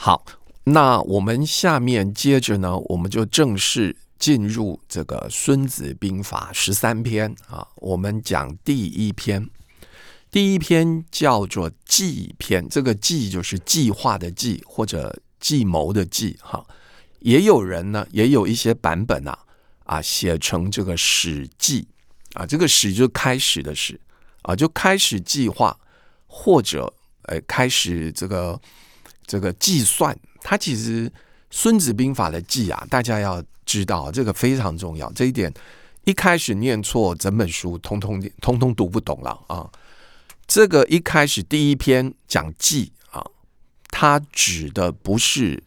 好，那我们下面接着呢，我们就正式进入这个《孙子兵法》13篇啊。我们讲第一篇，第一篇叫做计篇，这个计就是计划的计或者计谋的计哈。也有人呢，也有一些版本写成这个始计啊，这个始就开始的始啊，就开始计划或者开始这个计算。它其实《孙子兵法》的计大家要知道这个非常重要，这一点一开始念错，整本书通通读不懂了啊。这个一开始第一篇讲计啊，它指的不是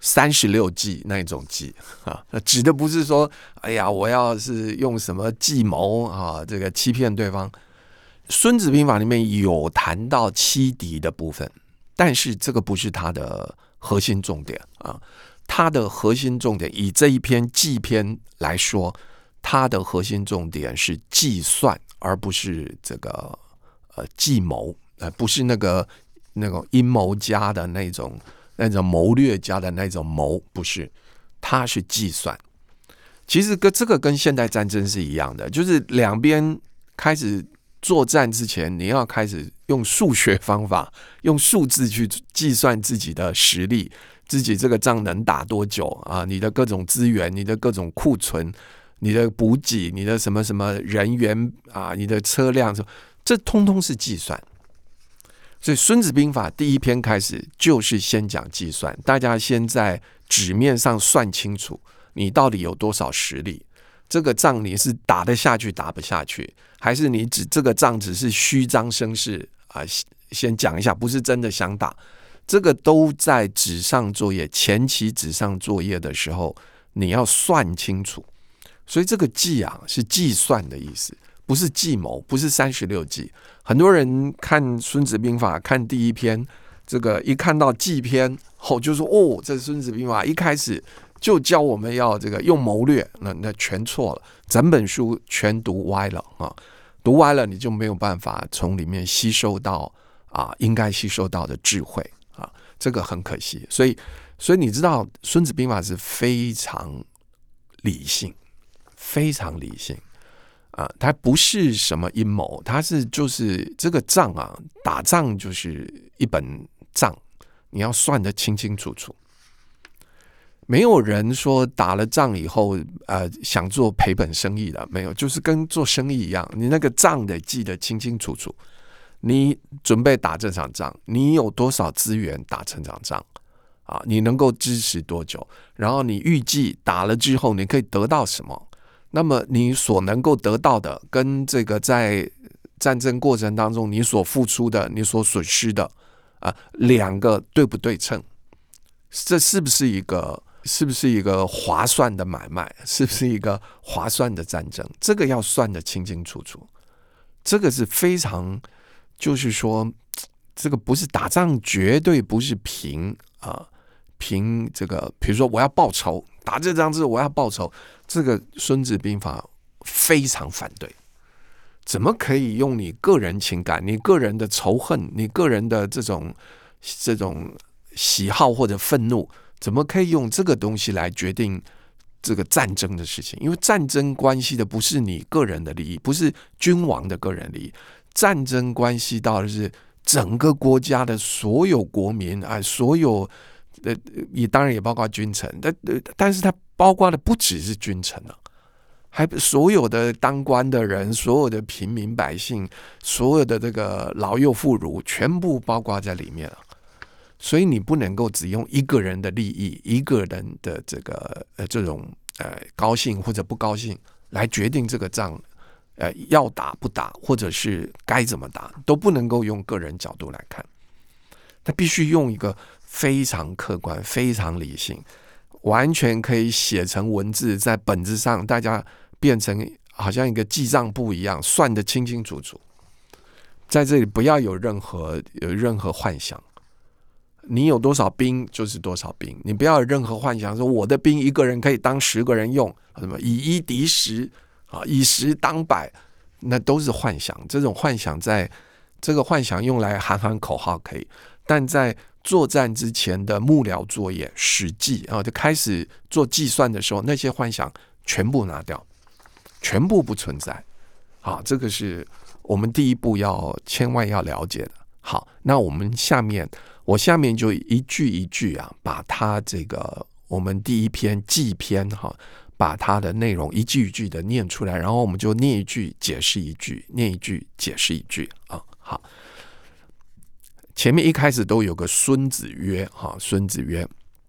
36计那种计啊，指的不是说哎呀我要是用什么计谋啊，这个欺骗对方。孙子兵法里面有谈到欺敌的部分，但是这个不是它的核心重点啊。它的核心重点以这一篇计篇来说，它的核心重点是计算，而不是这个计谋，不是那种阴谋家的那种谋略家的那种谋，不是，它是计算。其实这个跟现代战争是一样的，就是两边开始作战之前，你要开始用数学方法，用数字去计算自己的实力，自己这个仗能打多久啊？你的各种资源，你的各种库存，你的补给，你的什么什么人员啊，你的车辆，这通通是计算。所以《孙子兵法》第一篇开始就是先讲计算，大家先在纸面上算清楚你到底有多少实力，这个仗你是打得下去打不下去，还是你这个仗只是虚张声势先讲一下，不是真的想打。这个都在纸上作业，前期纸上作业的时候你要算清楚。所以这个计是计算的意思，不是计谋，不是36计。很多人看《孙子兵法》看第一篇，这个一看到计篇后就说这《孙子兵法》一开始就教我们要这个用谋略，那全错了，整本书全读歪了啊！读歪了你就没有办法从里面吸收到应该吸收到的智慧啊，这个很可惜。所以你知道《孙子兵法》是非常理性，非常理性它不是什么阴谋，它就是这个仗打仗就是一本账，你要算得清清楚楚。没有人说打了仗以后想做赔本生意的，没有，就是跟做生意一样，你那个账得记得清清楚楚。你准备打这场仗，你有多少资源打这场仗你能够支持多久，然后你预计打了之后你可以得到什么，那么你所能够得到的跟这个在战争过程当中你所付出的你所损失的两个对不对称，这是不是一个划算的买卖，是不是一个划算的战争，这个要算得清清楚楚。这个是非常，就是说这个不是打仗，绝对不是凭这个，比如说我要报仇，打这仗我要报仇，这个《孙子兵法》非常反对。怎么可以用你个人情感、你个人的仇恨、你个人的这种喜好或者愤怒，怎么可以用这个东西来决定这个战争的事情？因为战争关系的不是你个人的利益，不是君王的个人利益，战争关系到的是整个国家的所有国民所有也当然也包括君臣，但是它包括的不只是君臣还所有的当官的人，所有的平民百姓，所有的这个老幼妇孺，全部包括在里面所以你不能够只用一个人的利益，一个人的这种高兴或者不高兴来决定这个仗要打不打，或者是该怎么打，都不能够用个人角度来看。他必须用一个非常客观、非常理性，完全可以写成文字，在本子上大家变成好像一个记账簿一样，算得清清楚楚。在这里不要有任何幻想，你有多少兵就是多少兵，你不要有任何幻想说我的兵一个人可以当10个人用，什么以一敌10以10当100，那都是幻想。这种幻想这个幻想用来喊喊口号可以， 但在作战之前的幕僚作业、史记就开始做计算的时候，那些幻想全部拿掉，全部不存在。好，这个是我们第一步千万要了解的。好，那我下面就一句一句把它这个我们第一篇记篇把它的内容一句一句的念出来，然后我们就念一句解释一句，念一句解释一句好，前面一开始都有个孙子曰孙子曰：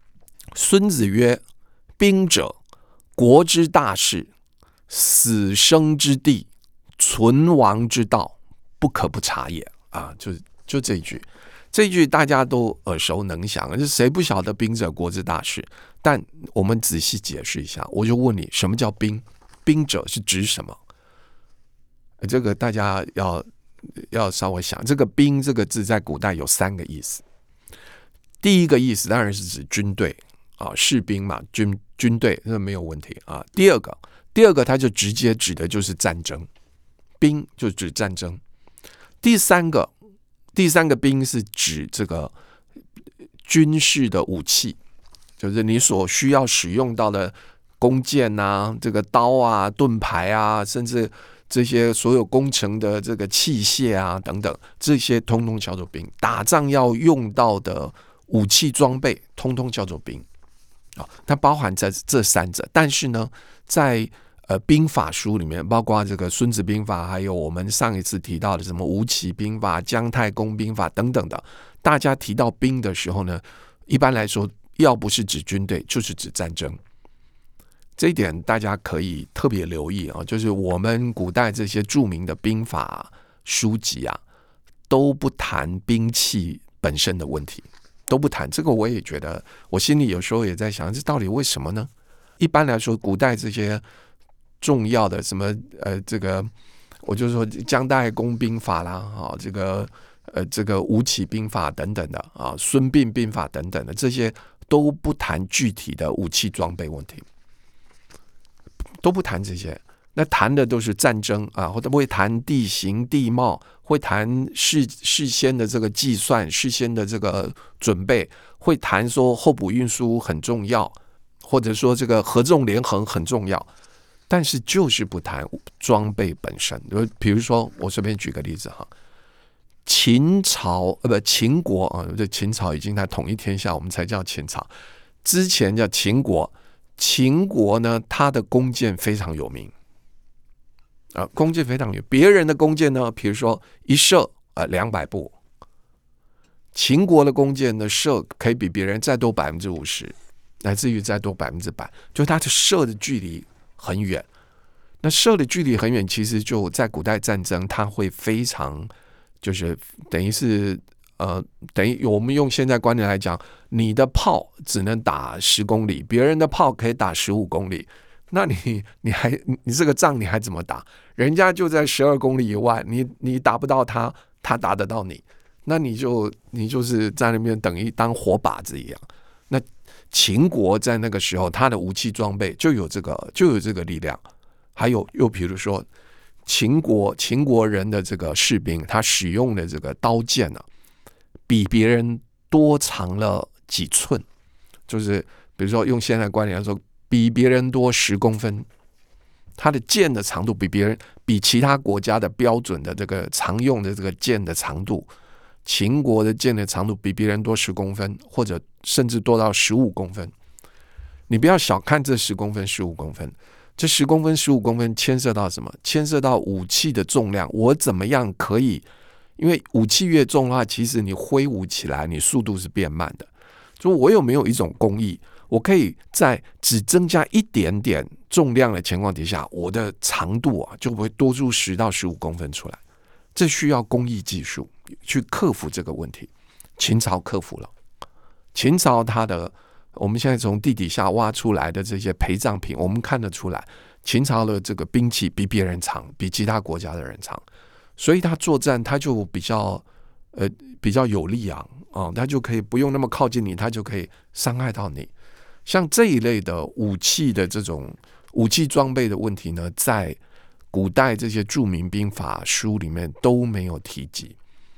兵者，国之大事，死生之地，存亡之道，不可不察也就这一句。这一句大家都耳熟能详，谁不晓得兵者，国之大事？但我们仔细解释一下，我就问你，什么叫兵？兵者是指什么？这个大家要稍微想，这个兵这个字在古代有3个意思。第一个意思当然是指军队士兵嘛，军队这没有问题第二个它就直接指的就是战争，兵就指战争。第三个兵是指这个军事的武器，就是你所需要使用到的弓箭这个刀盾牌甚至这些所有工程的这个器械等等，这些通通叫做兵。打仗要用到的武器装备通通叫做兵它包含在这3者。但是呢，在兵法书里面，包括这个孙子兵法，还有我们上一次提到的什么吴起兵法、姜太公兵法等等的，大家提到兵的时候呢，一般来说要不是指军队，就是指战争。这一点大家可以特别留意就是我们古代这些著名的兵法书籍都不谈兵器本身的问题，都不谈。这个我也觉得，我心里有时候也在想，这到底为什么呢？一般来说，古代这些重要的什么这个我就说姜太公兵法啦这个吴起兵法等等的孙膑兵法等等的，这些都不谈具体的武器装备问题，都不谈这些。那谈的都是战争或者会谈地形地貌，会谈事先的这个计算，事先的这个准备，会谈说候补运输很重要，或者说这个合纵连横很重要，但是就是不谈装备本身。比如说我随便举个例子秦国这秦朝已经在统一天下，我们才叫秦朝，之前叫秦国。秦国呢，它的弓箭非常有名弓箭非常有名。别人的弓箭呢，比如说一射200步，秦国的弓箭呢，射可以比别人再多 50%， 乃至于再多 100%， 就它的射的距离很远。那射的距离很远，其实就在古代战争，它会非常就是等于我们用现在观念来讲，你的炮只能打10公里，别人的炮可以打15公里，那你这个仗你还怎么打？人家就在12公里以外，你打不到他，他打得到你，那你就是在那边等于当活靶子一样。那秦国在那个时候，他的武器装备就有这个力量。还有又比如说秦国人的这个士兵，他使用的这个刀剑比别人多长了几寸，就是比如说用现在观点来说，比别人多10公分，他的剑的长度比其他国家的标准的这个常用的这个剑的长度，秦国的剑的长度比别人多10公分，或者甚至多到15公分。你不要小看这10公分、15公分，这10公分、15公分牵涉到什么？牵涉到武器的重量。我怎么样可以？因为武器越重的话，其实你挥舞起来，你速度是变慢的。就我有没有一种工艺，我可以在只增加一点点重量的情况底下，我的长度就会多出10到15公分出来。这需要工艺技术去克服这个问题。秦朝克服了。秦朝我们现在从地底下挖出来的这些陪葬品，我们看得出来，秦朝的这个兵器比别人长，比其他国家的人长，所以他作战他就比较有力他就可以不用那么靠近你，他就可以伤害到你。像这一类的武器的这种武器装备的问题呢，在古代这些著名兵法书里面都没有提及。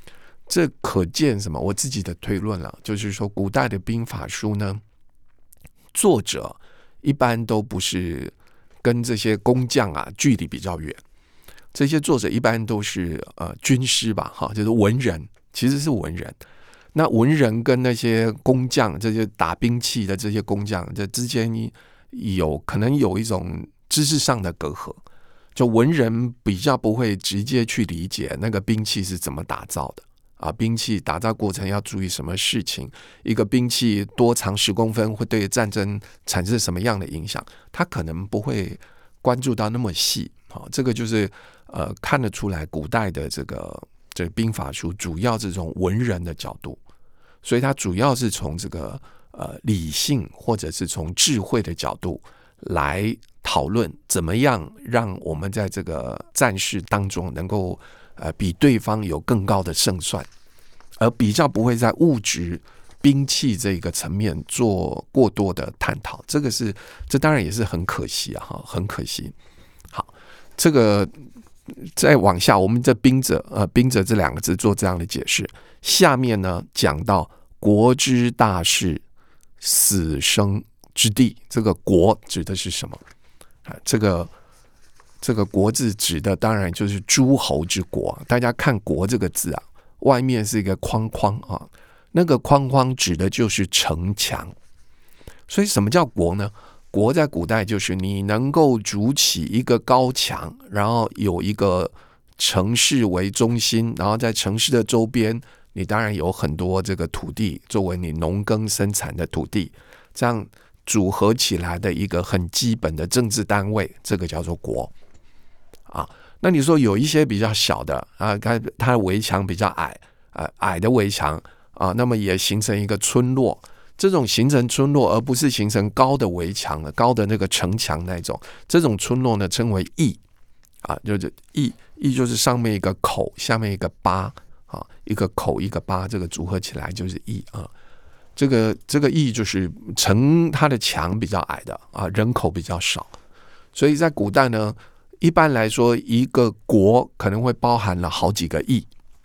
这可见什么？我自己的推论了，就是说古代的兵法书呢，作者一般都不是跟这些工匠距离比较远，这些作者一般都是军师吧，就是文人，其实是文人。那文人跟那些工匠，这些打兵器的这些工匠，这之间可能有一种知识上的隔阂，就文人比较不会直接去理解那个兵器是怎么打造的。兵器打造过程要注意什么事情？一个兵器多长10公分会对战争产生什么样的影响？他可能不会关注到那么细。这个就是看得出来，古代的这个兵法书主要是从文人的角度，所以它主要是从这个理性或者是从智慧的角度来讨论怎么样让我们在这个战事当中能够比对方有更高的胜算，而比较不会在物质兵器这个层面做过多的探讨。这当然也是很可惜很可惜。好，这个再往下，我们这兵者这2个字做这样的解释。下面呢讲到国之大事，死生之地，这个国指的是什么？这个国字指的当然就是诸侯之国。大家看国这个字外面是一个框框那个框框指的就是城墙。所以什么叫国呢？国在古代就是你能够筑起一个高墙，然后有一个城市为中心，然后在城市的周边你当然有很多这个土地作为你农耕生产的土地，这样组合起来的一个很基本的政治单位，这个叫做国那你说有一些比较小的它的围墙比较矮的围墙那么也形成一个村落。这种形成村落而不是形成高的围墙高的那个城墙那种，这种村落呢称为邑就是邑就是上面一个口，下面一个八一个口一个八，这个组合起来就是邑这个邑就是城，它的墙比较矮的人口比较少。所以在古代呢，一般来说一个国可能会包含了好几个邑，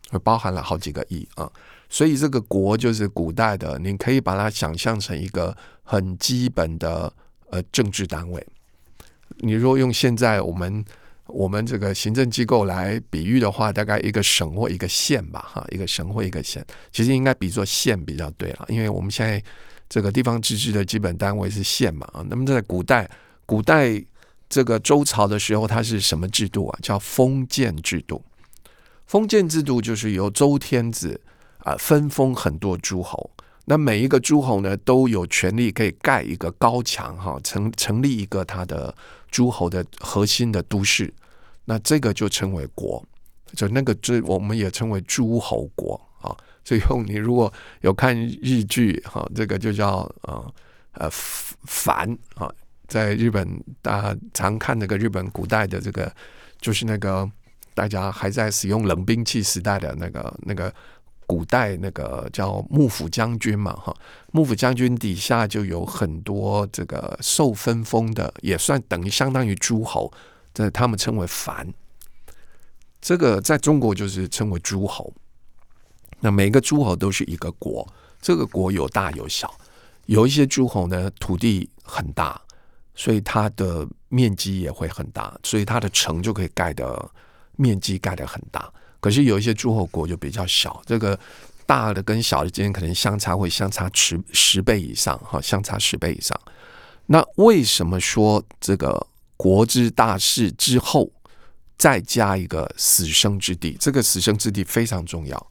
所以这个国就是古代的，你可以把它想象成一个很基本的政治单位。你如果用现在我们这个行政机构来比喻的话，大概一个省或一个县吧一个省或一个县，其实应该比作县比较对了，因为我们现在这个地方自治的基本单位是县嘛那么在古代这个周朝的时候，它是什么制度叫封建制度。封建制度就是由周天子分封很多诸侯，那每一个诸侯呢都有权利可以盖一个高墙成立一个他的诸侯的核心的都市，那这个就称为国，就那个我们也称为诸侯国所以你如果有看日剧这个就叫藩在日本大家常看那个日本古代的这个，就是那个大家还在使用冷兵器时代的那个古代那个叫幕府将军嘛幕府将军底下就有很多这个受分封的，也算相当于诸侯，他们称为藩。这个在中国就是称为诸侯。那每个诸侯都是一个国，这个国有大有小，有一些诸侯呢土地很大，所以它的面积也会很大，所以它的城就可以面积盖得很大。可是有一些诸侯国就比较小，这个大的跟小的之间可能会相差10倍以上相差10倍以上。那为什么说这个国之大事之后再加一个死生之地？这个死生之地非常重要。